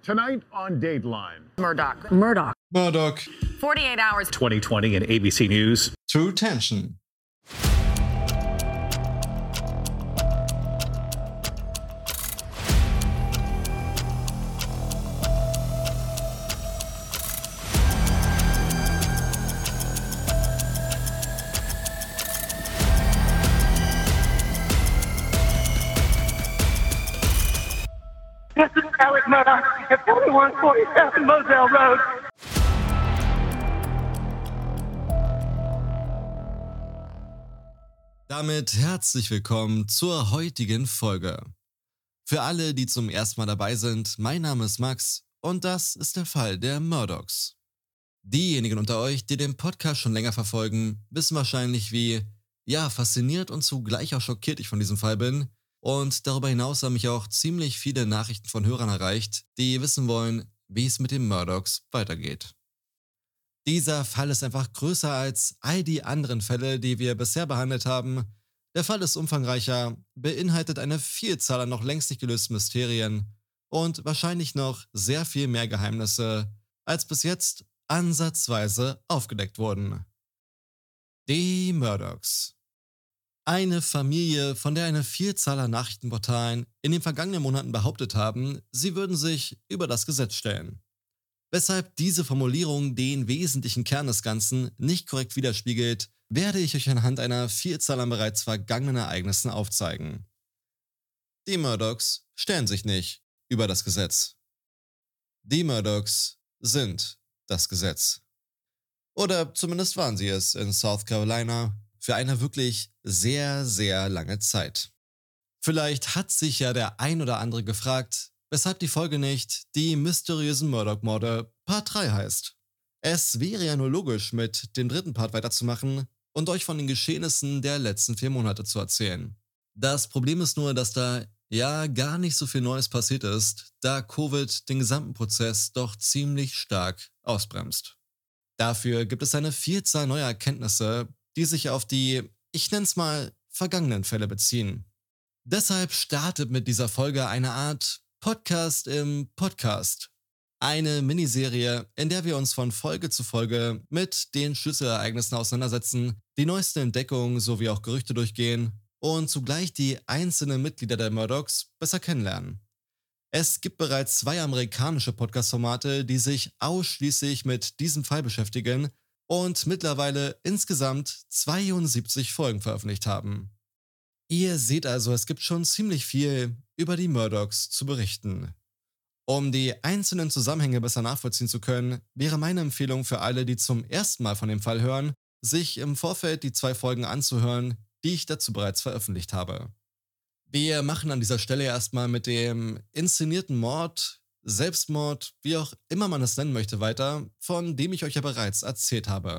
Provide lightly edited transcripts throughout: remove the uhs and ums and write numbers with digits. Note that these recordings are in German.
Tonight on Dateline. Murdoch. 48 hours. 2020 and ABC News. True Tension. This is Alec Murdoch at 4147 Moselle Road. Damit herzlich willkommen zur heutigen Folge. Für alle, die zum ersten Mal dabei sind, mein Name ist Max und das ist der Fall der Murdochs. Diejenigen unter euch, die den Podcast schon länger verfolgen, wissen wahrscheinlich, wie, fasziniert und zugleich auch schockiert ich von diesem Fall bin. Und darüber hinaus haben mich auch ziemlich viele Nachrichten von Hörern erreicht, die wissen wollen, wie es mit den Murdochs weitergeht. Dieser Fall ist einfach größer als all die anderen Fälle, die wir bisher behandelt haben. Der Fall ist umfangreicher, beinhaltet eine Vielzahl an noch längst nicht gelösten Mysterien und wahrscheinlich noch sehr viel mehr Geheimnisse, als bis jetzt ansatzweise aufgedeckt wurden. Die Murdochs. Eine Familie, von der eine Vielzahl an Nachrichtenportalen in den vergangenen Monaten behauptet haben, sie würden sich über das Gesetz stellen. Weshalb diese Formulierung den wesentlichen Kern des Ganzen nicht korrekt widerspiegelt, werde ich euch anhand einer Vielzahl an bereits vergangenen Ereignissen aufzeigen. Die Murdochs stellen sich nicht über das Gesetz. Die Murdochs sind das Gesetz. Oder zumindest waren sie es in South Carolina für eine wirklich sehr, sehr lange Zeit. Vielleicht hat sich ja der ein oder andere gefragt, weshalb die Folge nicht die mysteriösen Murdoch-Morde Part 3 heißt. Es wäre ja nur logisch, mit dem dritten Part weiterzumachen und euch von den Geschehnissen der letzten 4 Monate zu erzählen. Das Problem ist nur, dass da gar nicht so viel Neues passiert ist, da Covid den gesamten Prozess doch ziemlich stark ausbremst. Dafür gibt es eine Vielzahl neuer Erkenntnisse, die sich auf die, ich nenne es mal, vergangenen Fälle beziehen. Deshalb startet mit dieser Folge eine Art Podcast im Podcast. Eine Miniserie, in der wir uns von Folge zu Folge mit den Schlüsselereignissen auseinandersetzen, die neuesten Entdeckungen sowie auch Gerüchte durchgehen und zugleich die einzelnen Mitglieder der Murdochs besser kennenlernen. Es gibt bereits 2 amerikanische Podcast-Formate, die sich ausschließlich mit diesem Fall beschäftigen und mittlerweile insgesamt 72 Folgen veröffentlicht haben. Ihr seht also, es gibt schon ziemlich viel über die Murdochs zu berichten. Um die einzelnen Zusammenhänge besser nachvollziehen zu können, wäre meine Empfehlung für alle, die zum ersten Mal von dem Fall hören, sich im Vorfeld die 2 Folgen anzuhören, die ich dazu bereits veröffentlicht habe. Wir machen an dieser Stelle erstmal mit dem inszenierten Mord, Selbstmord, wie auch immer man es nennen möchte, weiter, von dem ich euch ja bereits erzählt habe.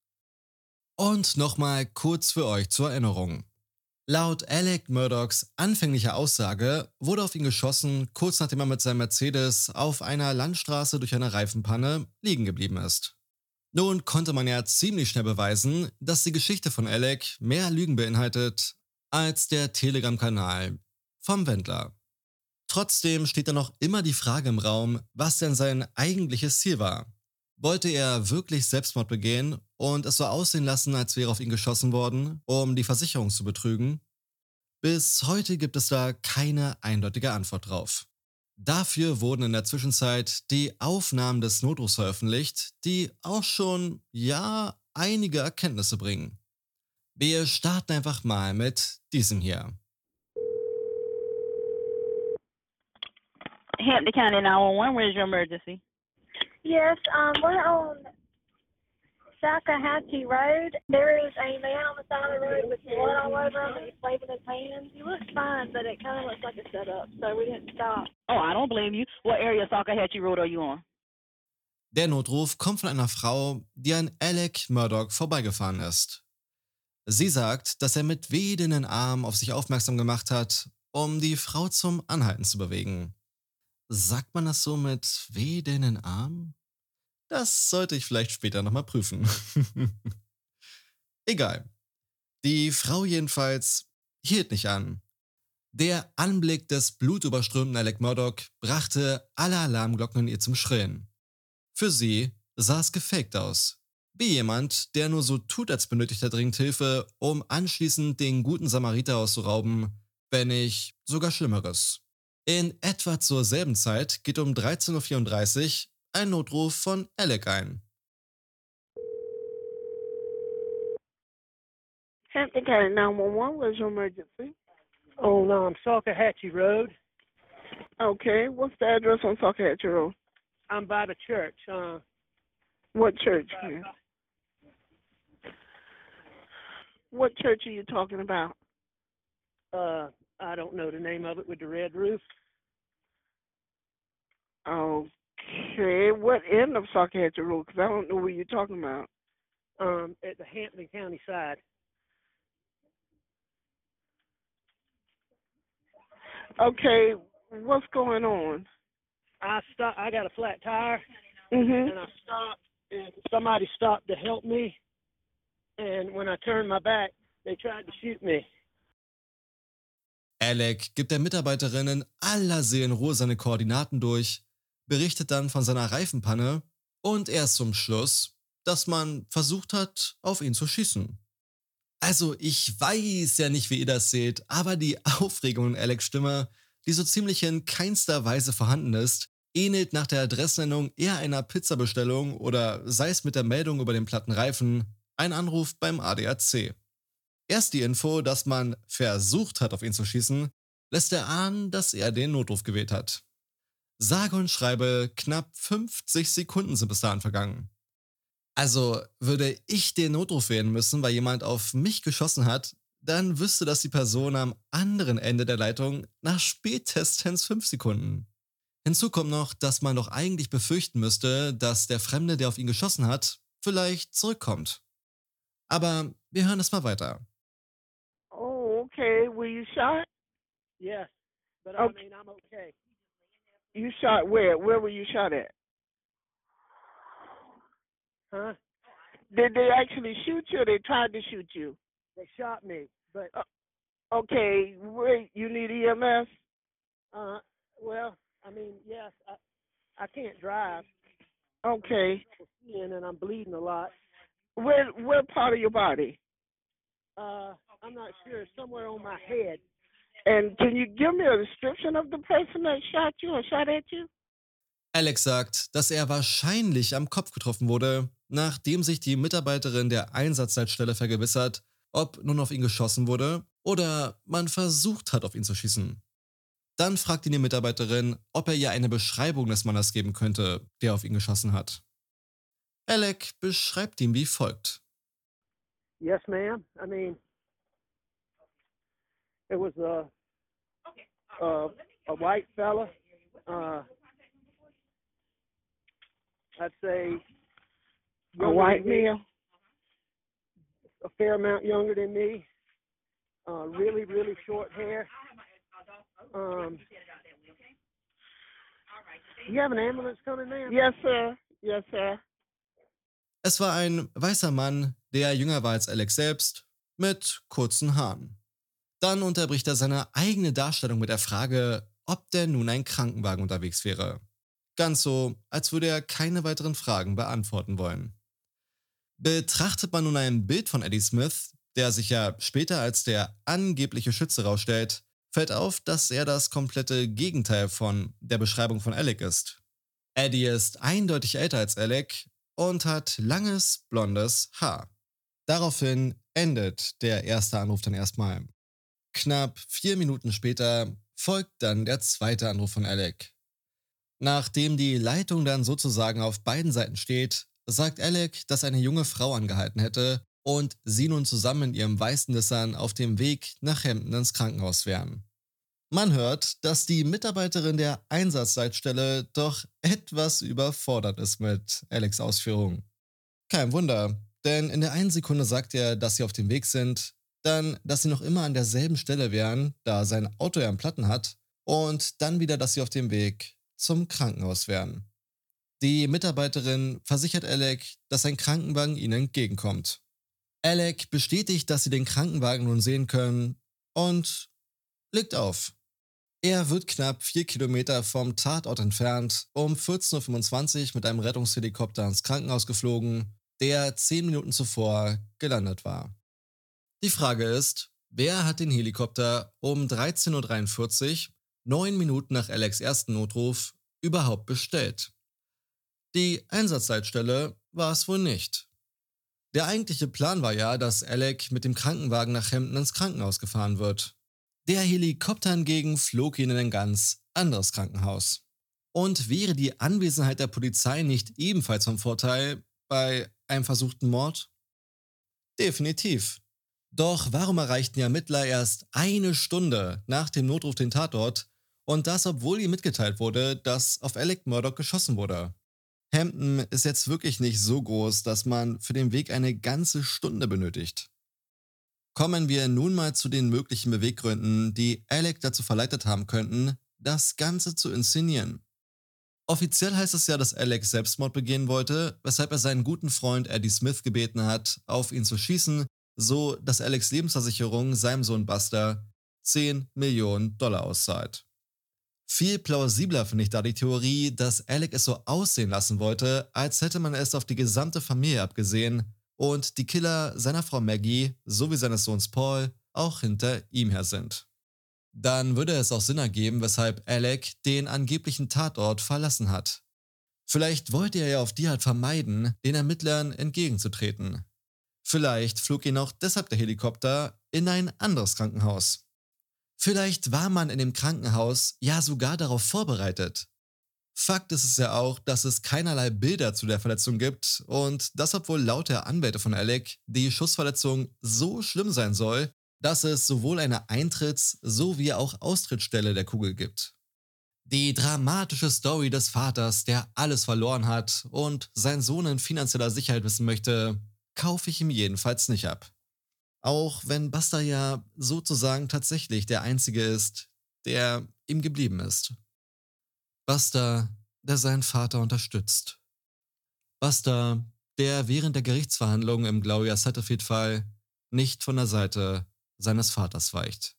Und nochmal kurz für euch zur Erinnerung. Laut Alec Murdochs anfänglicher Aussage wurde auf ihn geschossen, kurz nachdem er mit seinem Mercedes auf einer Landstraße durch eine Reifenpanne liegen geblieben ist. Nun konnte man ja ziemlich schnell beweisen, dass die Geschichte von Alec mehr Lügen beinhaltet als der Telegram-Kanal vom Wendler. Trotzdem steht da noch immer die Frage im Raum, was denn sein eigentliches Ziel war. Wollte er wirklich Selbstmord begehen und es so aussehen lassen, als wäre auf ihn geschossen worden, um die Versicherung zu betrügen? Bis heute gibt es da keine eindeutige Antwort drauf. Dafür wurden in der Zwischenzeit die Aufnahmen des Notrufs veröffentlicht, die auch schon, einige Erkenntnisse bringen. Wir starten einfach mal mit diesem hier. Hampton County 911, where's your emergency? Yes, we're on Salcahatchee Road. There is a man on the side of the road with blood all over him and he's waving his hands. He looks fine, but it kind of looks like a setup, so we didn't stop. Oh, I don't blame you. What area of Salcahatchee Road are you on? Der Notruf kommt von einer Frau, die an Alec Murdoch vorbeigefahren ist. Sie sagt, dass er mit wehenden Armen auf sich aufmerksam gemacht hat, um die Frau zum Anhalten zu bewegen. Sagt man das so mit wehenden Armen? Das sollte ich vielleicht später nochmal prüfen. Egal. Die Frau jedenfalls hielt nicht an. Der Anblick des blutüberströmten Alec Murdaugh brachte alle Alarmglocken in ihr zum Schrillen. Für sie sah es gefaked aus. Wie jemand, der nur so tut, als benötigt er dringend Hilfe, um anschließend den guten Samariter auszurauben, wenn nicht sogar Schlimmeres. In etwa zur selben Zeit geht um 13:34 Uhr ein Notruf von Alec ein. Hampton County 911, what's your emergency? On Salkehatchie Road. Okay, what's the address on Salkehatchie Road? I'm by the church. What church? What church are you talking about? I don't know the name of it with the red roof. Okay, what end of Salkehatchie Road? Because I don't know what you're talking about. At the Hampton County side. Okay, what's going on? I got a flat tire, Mm-hmm. and I stopped, and somebody stopped to help me. And when I turned my back, they tried to shoot me. Alec gibt der Mitarbeiterin in aller Seelenruhe seine Koordinaten durch, berichtet dann von seiner Reifenpanne und erst zum Schluss, dass man versucht hat, auf ihn zu schießen. Also ich weiß ja nicht, wie ihr das seht, aber die Aufregung in Alecs Stimme, die so ziemlich in keinster Weise vorhanden ist, ähnelt nach der Adressnennung eher einer Pizzabestellung oder sei es mit der Meldung über den platten Reifen, ein Anruf beim ADAC. Erst die Info, dass man versucht hat, auf ihn zu schießen, lässt erahnen, dass er den Notruf gewählt hat. Sage und schreibe, knapp 50 Sekunden sind bis dahin vergangen. Also würde ich den Notruf wählen müssen, weil jemand auf mich geschossen hat, dann wüsste das die Person am anderen Ende der Leitung nach spätestens 5 Sekunden. Hinzu kommt noch, dass man doch eigentlich befürchten müsste, dass der Fremde, der auf ihn geschossen hat, vielleicht zurückkommt. Aber wir hören es mal weiter. Oh, okay. Were you shot? Yes, but Okay. I'm okay. You shot where? Where were you shot at? Huh? Did they actually shoot you or they tried to shoot you? They shot me, but Okay, wait, you need EMS? well, I mean, yes, I can't drive. Okay. And I'm bleeding a lot. Where part of your body? I'm not sure. Somewhere on my head. And can you give me a description of the person that shot you or shot at you? Alex sagt, dass er wahrscheinlich am Kopf getroffen wurde, nachdem sich die Mitarbeiterin der Einsatzleitstelle vergewissert, ob nun auf ihn geschossen wurde oder man versucht hat, auf ihn zu schießen. Dann fragt ihn die Mitarbeiterin, ob er ihr eine Beschreibung des Mannes geben könnte, der auf ihn geschossen hat. Alec beschreibt ihn wie folgt. Yes, ma'am. I mean, it was a white fella. I'd say A younger white than me, male? a fair amount younger than me. Really, really short hair. You have an ambulance coming, ma'am? Yes, sir. Yes, sir. Es war ein weißer Mann, der jünger war als Alex selbst, mit kurzen Haaren. Dann unterbricht er seine eigene Darstellung mit der Frage, ob denn nun ein Krankenwagen unterwegs wäre. Ganz so, als würde er keine weiteren Fragen beantworten wollen. Betrachtet man nun ein Bild von Eddie Smith, der sich ja später als der angebliche Schütze rausstellt, fällt auf, dass er das komplette Gegenteil von der Beschreibung von Alec ist. Eddie ist eindeutig älter als Alec und hat langes, blondes Haar. Daraufhin endet der erste Anruf dann erstmal. Knapp 4 Minuten später folgt dann der zweite Anruf von Alec. Nachdem die Leitung dann sozusagen auf beiden Seiten steht, sagt Alec, dass eine junge Frau angehalten hätte und sie nun zusammen in ihrem weißen Nissan auf dem Weg nach Hampton ins Krankenhaus wären. Man hört, dass die Mitarbeiterin der Einsatzleitstelle doch etwas überfordert ist mit Alecs Ausführungen. Kein Wunder, denn in der einen Sekunde sagt er, dass sie auf dem Weg sind, dann, dass sie noch immer an derselben Stelle wären, da sein Auto ja einen Platten hat, und dann wieder, dass sie auf dem Weg zum Krankenhaus wären. Die Mitarbeiterin versichert Alec, dass ein Krankenwagen ihnen entgegenkommt. Alec bestätigt, dass sie den Krankenwagen nun sehen können und legt auf. Er wird knapp 4 Kilometer vom Tatort entfernt, um 14:25 Uhr mit einem Rettungshelikopter ins Krankenhaus geflogen, der 10 Minuten zuvor gelandet war. Die Frage ist, wer hat den Helikopter um 13:43 Uhr, 9 Minuten nach Alex' ersten Notruf, überhaupt bestellt? Die Einsatzleitstelle war es wohl nicht. Der eigentliche Plan war ja, dass Alec mit dem Krankenwagen nach Hampton ins Krankenhaus gefahren wird. Der Helikopter hingegen flog ihn in ein ganz anderes Krankenhaus. Und wäre die Anwesenheit der Polizei nicht ebenfalls von Vorteil bei einem versuchten Mord? Definitiv. Doch warum erreichten die Ermittler erst 1 Stunde nach dem Notruf den Tatort, und das obwohl ihm mitgeteilt wurde, dass auf Alec Murdaugh geschossen wurde? Hampton ist jetzt wirklich nicht so groß, dass man für den Weg eine ganze Stunde benötigt. Kommen wir nun mal zu den möglichen Beweggründen, die Alec dazu verleitet haben könnten, das Ganze zu inszenieren. Offiziell heißt es ja, dass Alec Selbstmord begehen wollte, weshalb er seinen guten Freund Eddie Smith gebeten hat, auf ihn zu schießen, so dass Alecs Lebensversicherung seinem Sohn Buster $10 Millionen auszahlt. Viel plausibler finde ich da die Theorie, dass Alec es so aussehen lassen wollte, als hätte man es auf die gesamte Familie abgesehen und die Killer seiner Frau Maggie sowie seines Sohns Paul auch hinter ihm her sind. Dann würde es auch Sinn ergeben, weshalb Alec den angeblichen Tatort verlassen hat. Vielleicht wollte er ja auf die Art vermeiden, den Ermittlern entgegenzutreten. Vielleicht flog ihn auch deshalb der Helikopter in ein anderes Krankenhaus. Vielleicht war man in dem Krankenhaus ja sogar darauf vorbereitet. Fakt ist es ja auch, dass es keinerlei Bilder zu der Verletzung gibt und das, obwohl laut der Anwälte von Alec die Schussverletzung so schlimm sein soll, dass es sowohl eine Eintritts- sowie auch Austrittsstelle der Kugel gibt. Die dramatische Story des Vaters, der alles verloren hat und seinen Sohn in finanzieller Sicherheit wissen möchte, kaufe ich ihm jedenfalls nicht ab. Auch wenn Buster ja sozusagen tatsächlich der Einzige ist, der ihm geblieben ist. Buster, der seinen Vater unterstützt. Buster, der während der Gerichtsverhandlungen im Gloria Satterfield-Fall nicht von der Seite seines Vaters weicht.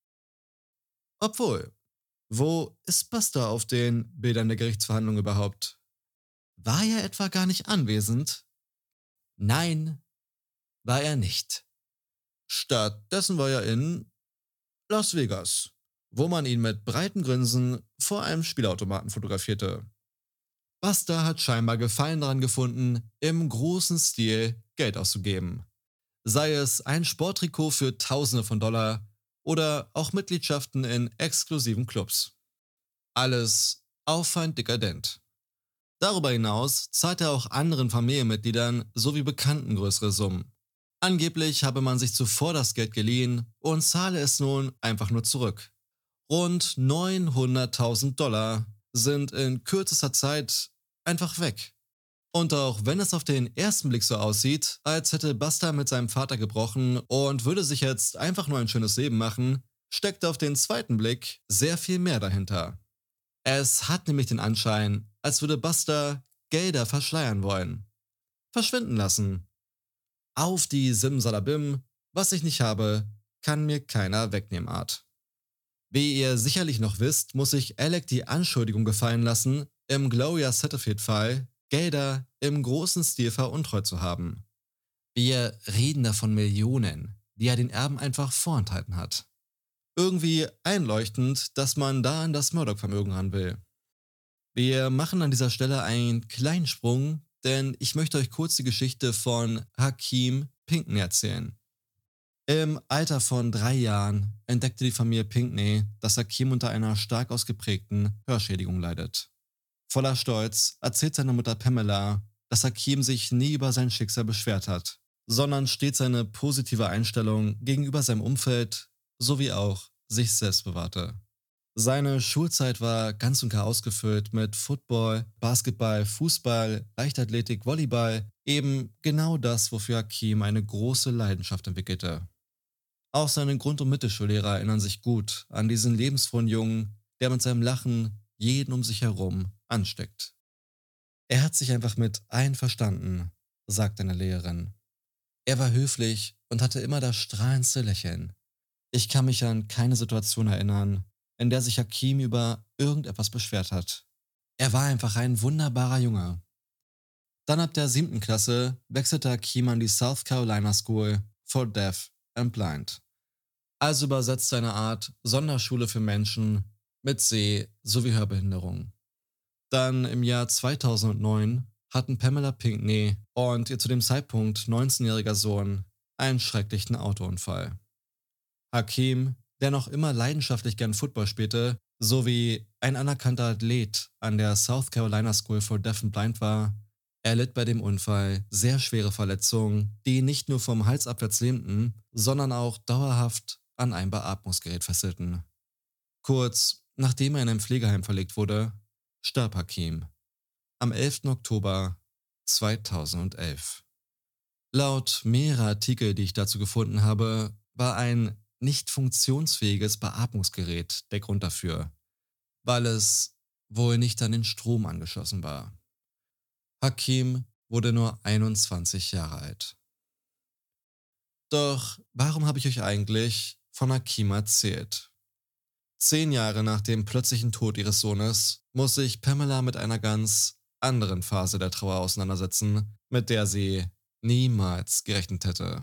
Obwohl, wo ist Buster auf den Bildern der Gerichtsverhandlung überhaupt? War er etwa gar nicht anwesend? Nein, war er nicht. Stattdessen war er in Las Vegas, wo man ihn mit breitem Grinsen vor einem Spielautomaten fotografierte. Buster hat scheinbar Gefallen daran gefunden, im großen Stil Geld auszugeben. Sei es ein Sporttrikot für Tausende von Dollar oder auch Mitgliedschaften in exklusiven Clubs. Alles auffallend dekadent. Darüber hinaus zahlt er auch anderen Familienmitgliedern sowie Bekannten größere Summen. Angeblich habe man sich zuvor das Geld geliehen und zahle es nun einfach nur zurück. Rund $900.000 sind in kürzester Zeit einfach weg. Und auch wenn es auf den ersten Blick so aussieht, als hätte Buster mit seinem Vater gebrochen und würde sich jetzt einfach nur ein schönes Leben machen, steckt auf den zweiten Blick sehr viel mehr dahinter. Es hat nämlich den Anschein, als würde Buster Gelder verschleiern wollen. Verschwinden lassen. Auf die Simsalabim, was ich nicht habe, kann mir keiner wegnehmen Art. Wie ihr sicherlich noch wisst, muss sich Alec die Anschuldigung gefallen lassen, im Gloria Satterfield-Fall Gelder im großen Stil veruntreut zu haben. Wir reden da von Millionen, die er den Erben einfach vorenthalten hat. Irgendwie einleuchtend, dass man da an das Murdaugh-Vermögen ran will. Wir machen an dieser Stelle einen kleinen Sprung, denn ich möchte euch kurz die Geschichte von Hakeem Pinckney erzählen. Im Alter von 3 Jahren entdeckte die Familie Pinckney, dass Hakeem unter einer stark ausgeprägten Hörschädigung leidet. Voller Stolz erzählt seine Mutter Pamela, dass Hakeem sich nie über sein Schicksal beschwert hat, sondern stets seine positive Einstellung gegenüber seinem Umfeld sowie auch sich selbst bewahrte. Seine Schulzeit war ganz und gar ausgefüllt mit Football, Basketball, Fußball, Leichtathletik, Volleyball, eben genau das, wofür Hakeem eine große Leidenschaft entwickelte. Auch seine Grund- und Mittelschullehrer erinnern sich gut an diesen lebensfrohen Jungen, der mit seinem Lachen jeden um sich herum ansteckt. Er hat sich einfach mit allen verstanden, sagt eine Lehrerin. Er war höflich und hatte immer das strahlendste Lächeln. Ich kann mich an keine Situation erinnern, in der sich Hakim über irgendetwas beschwert hat. Er war einfach ein wunderbarer Junge. Dann ab der 7. Klasse wechselte Hakim an die South Carolina School for Deaf and Blind. Also übersetzt eine Art Sonderschule für Menschen mit Seh- sowie Hörbehinderung. Dann im Jahr 2009 hatten Pamela Pinckney und ihr zu dem Zeitpunkt 19-jähriger Sohn einen schrecklichen Autounfall. Hakim, der noch immer leidenschaftlich gern Football spielte, sowie ein anerkannter Athlet an der South Carolina School for Deaf and Blind war, erlitt bei dem Unfall sehr schwere Verletzungen, die ihn nicht nur vom Hals abwärts lähmten, sondern auch dauerhaft an ein Beatmungsgerät fesselten. Kurz nachdem er in ein Pflegeheim verlegt wurde, starb Hakim am 11. Oktober 2011. Laut mehrerer Artikel, die ich dazu gefunden habe, war ein nicht funktionsfähiges Beatmungsgerät der Grund dafür, weil es wohl nicht an den Strom angeschlossen war. Hakim wurde nur 21 Jahre alt. Doch warum habe ich euch eigentlich von Hakim erzählt? 10 Jahre nach dem plötzlichen Tod ihres Sohnes muss sich Pamela mit einer ganz anderen Phase der Trauer auseinandersetzen, mit der sie niemals gerechnet hätte.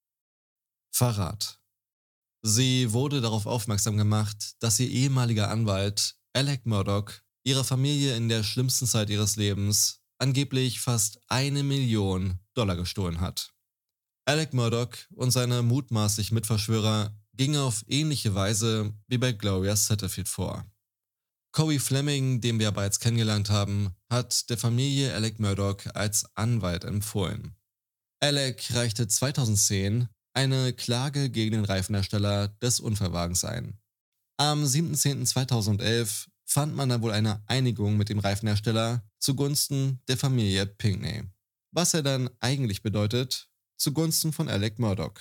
Verrat. Sie wurde darauf aufmerksam gemacht, dass ihr ehemaliger Anwalt Alec Murdaugh ihrer Familie in der schlimmsten Zeit ihres Lebens angeblich fast $1 Million gestohlen hat. Alec Murdaugh und seine mutmaßlichen Mitverschwörer gingen auf ähnliche Weise wie bei Gloria Satterfield vor. Corey Fleming, den wir bereits kennengelernt haben, hat der Familie Alec Murdaugh als Anwalt empfohlen. Alec reichte 2010 eine Klage gegen den Reifenhersteller des Unfallwagens ein. Am 7.10.2011 fand man dann wohl eine Einigung mit dem Reifenhersteller zugunsten der Familie Pinckney. Was er dann eigentlich bedeutet, zugunsten von Alec Murdaugh.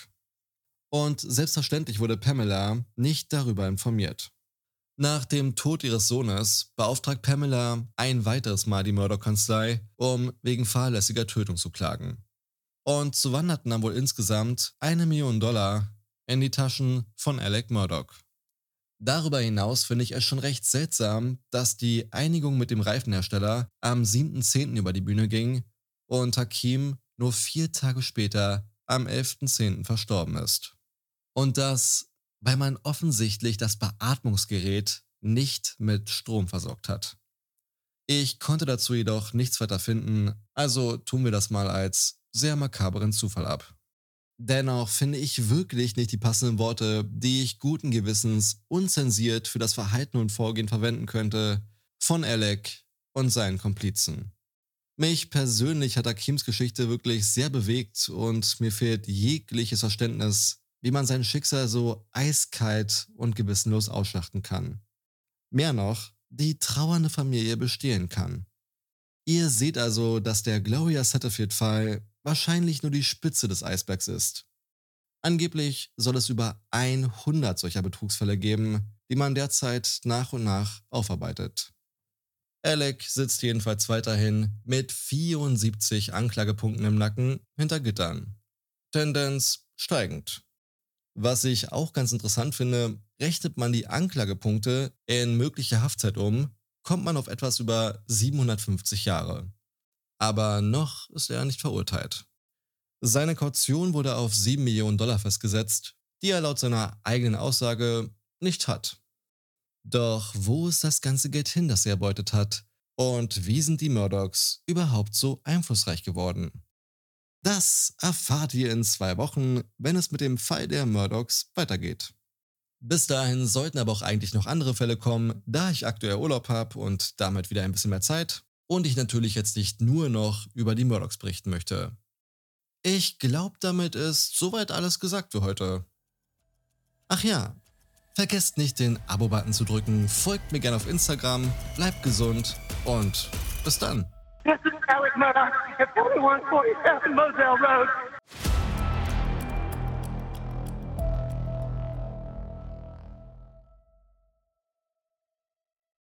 Und selbstverständlich wurde Pamela nicht darüber informiert. Nach dem Tod ihres Sohnes beauftragt Pamela ein weiteres Mal die Murdaugh-Kanzlei, um wegen fahrlässiger Tötung zu klagen. Und so wanderten dann wohl insgesamt $1 Million in die Taschen von Alec Murdaugh. Darüber hinaus finde ich es schon recht seltsam, dass die Einigung mit dem Reifenhersteller am 7.10. über die Bühne ging und Hakim nur 4 Tage später am 11.10. verstorben ist. Und das, weil man offensichtlich das Beatmungsgerät nicht mit Strom versorgt hat. Ich konnte dazu jedoch nichts weiter finden, also tun wir das mal als sehr makaberen Zufall ab. Dennoch finde ich wirklich nicht die passenden Worte, die ich guten Gewissens unzensiert für das Verhalten und Vorgehen verwenden könnte von Alec und seinen Komplizen. Mich persönlich hat Hakims Geschichte wirklich sehr bewegt und mir fehlt jegliches Verständnis, wie man sein Schicksal so eiskalt und gewissenlos ausschlachten kann. Mehr noch, die trauernde Familie bestehen kann. Ihr seht also, dass der Gloria Satterfield-Fall wahrscheinlich nur die Spitze des Eisbergs ist. Angeblich soll es über 100 solcher Betrugsfälle geben, die man derzeit nach und nach aufarbeitet. Alec sitzt jedenfalls weiterhin mit 74 Anklagepunkten im Nacken hinter Gittern. Tendenz steigend. Was ich auch ganz interessant finde, rechnet man die Anklagepunkte in mögliche Haftzeit um, kommt man auf etwas über 750 Jahre. Aber noch ist er nicht verurteilt. Seine Kaution wurde auf $7 Millionen festgesetzt, die er laut seiner eigenen Aussage nicht hat. Doch wo ist das ganze Geld hin, das er erbeutet hat? Und wie sind die Murdaughs überhaupt so einflussreich geworden? Das erfahrt ihr in 2 Wochen, wenn es mit dem Fall der Murdaughs weitergeht. Bis dahin sollten aber auch eigentlich noch andere Fälle kommen, da ich aktuell Urlaub habe und damit wieder ein bisschen mehr Zeit und ich natürlich jetzt nicht nur noch über die Murdaughs berichten möchte. Ich glaube, damit ist soweit alles gesagt für heute. Ach ja, vergesst nicht den Abo-Button zu drücken, folgt mir gerne auf Instagram, bleibt gesund und bis dann. This is Alec Murdoch at 4147 Moselle Road.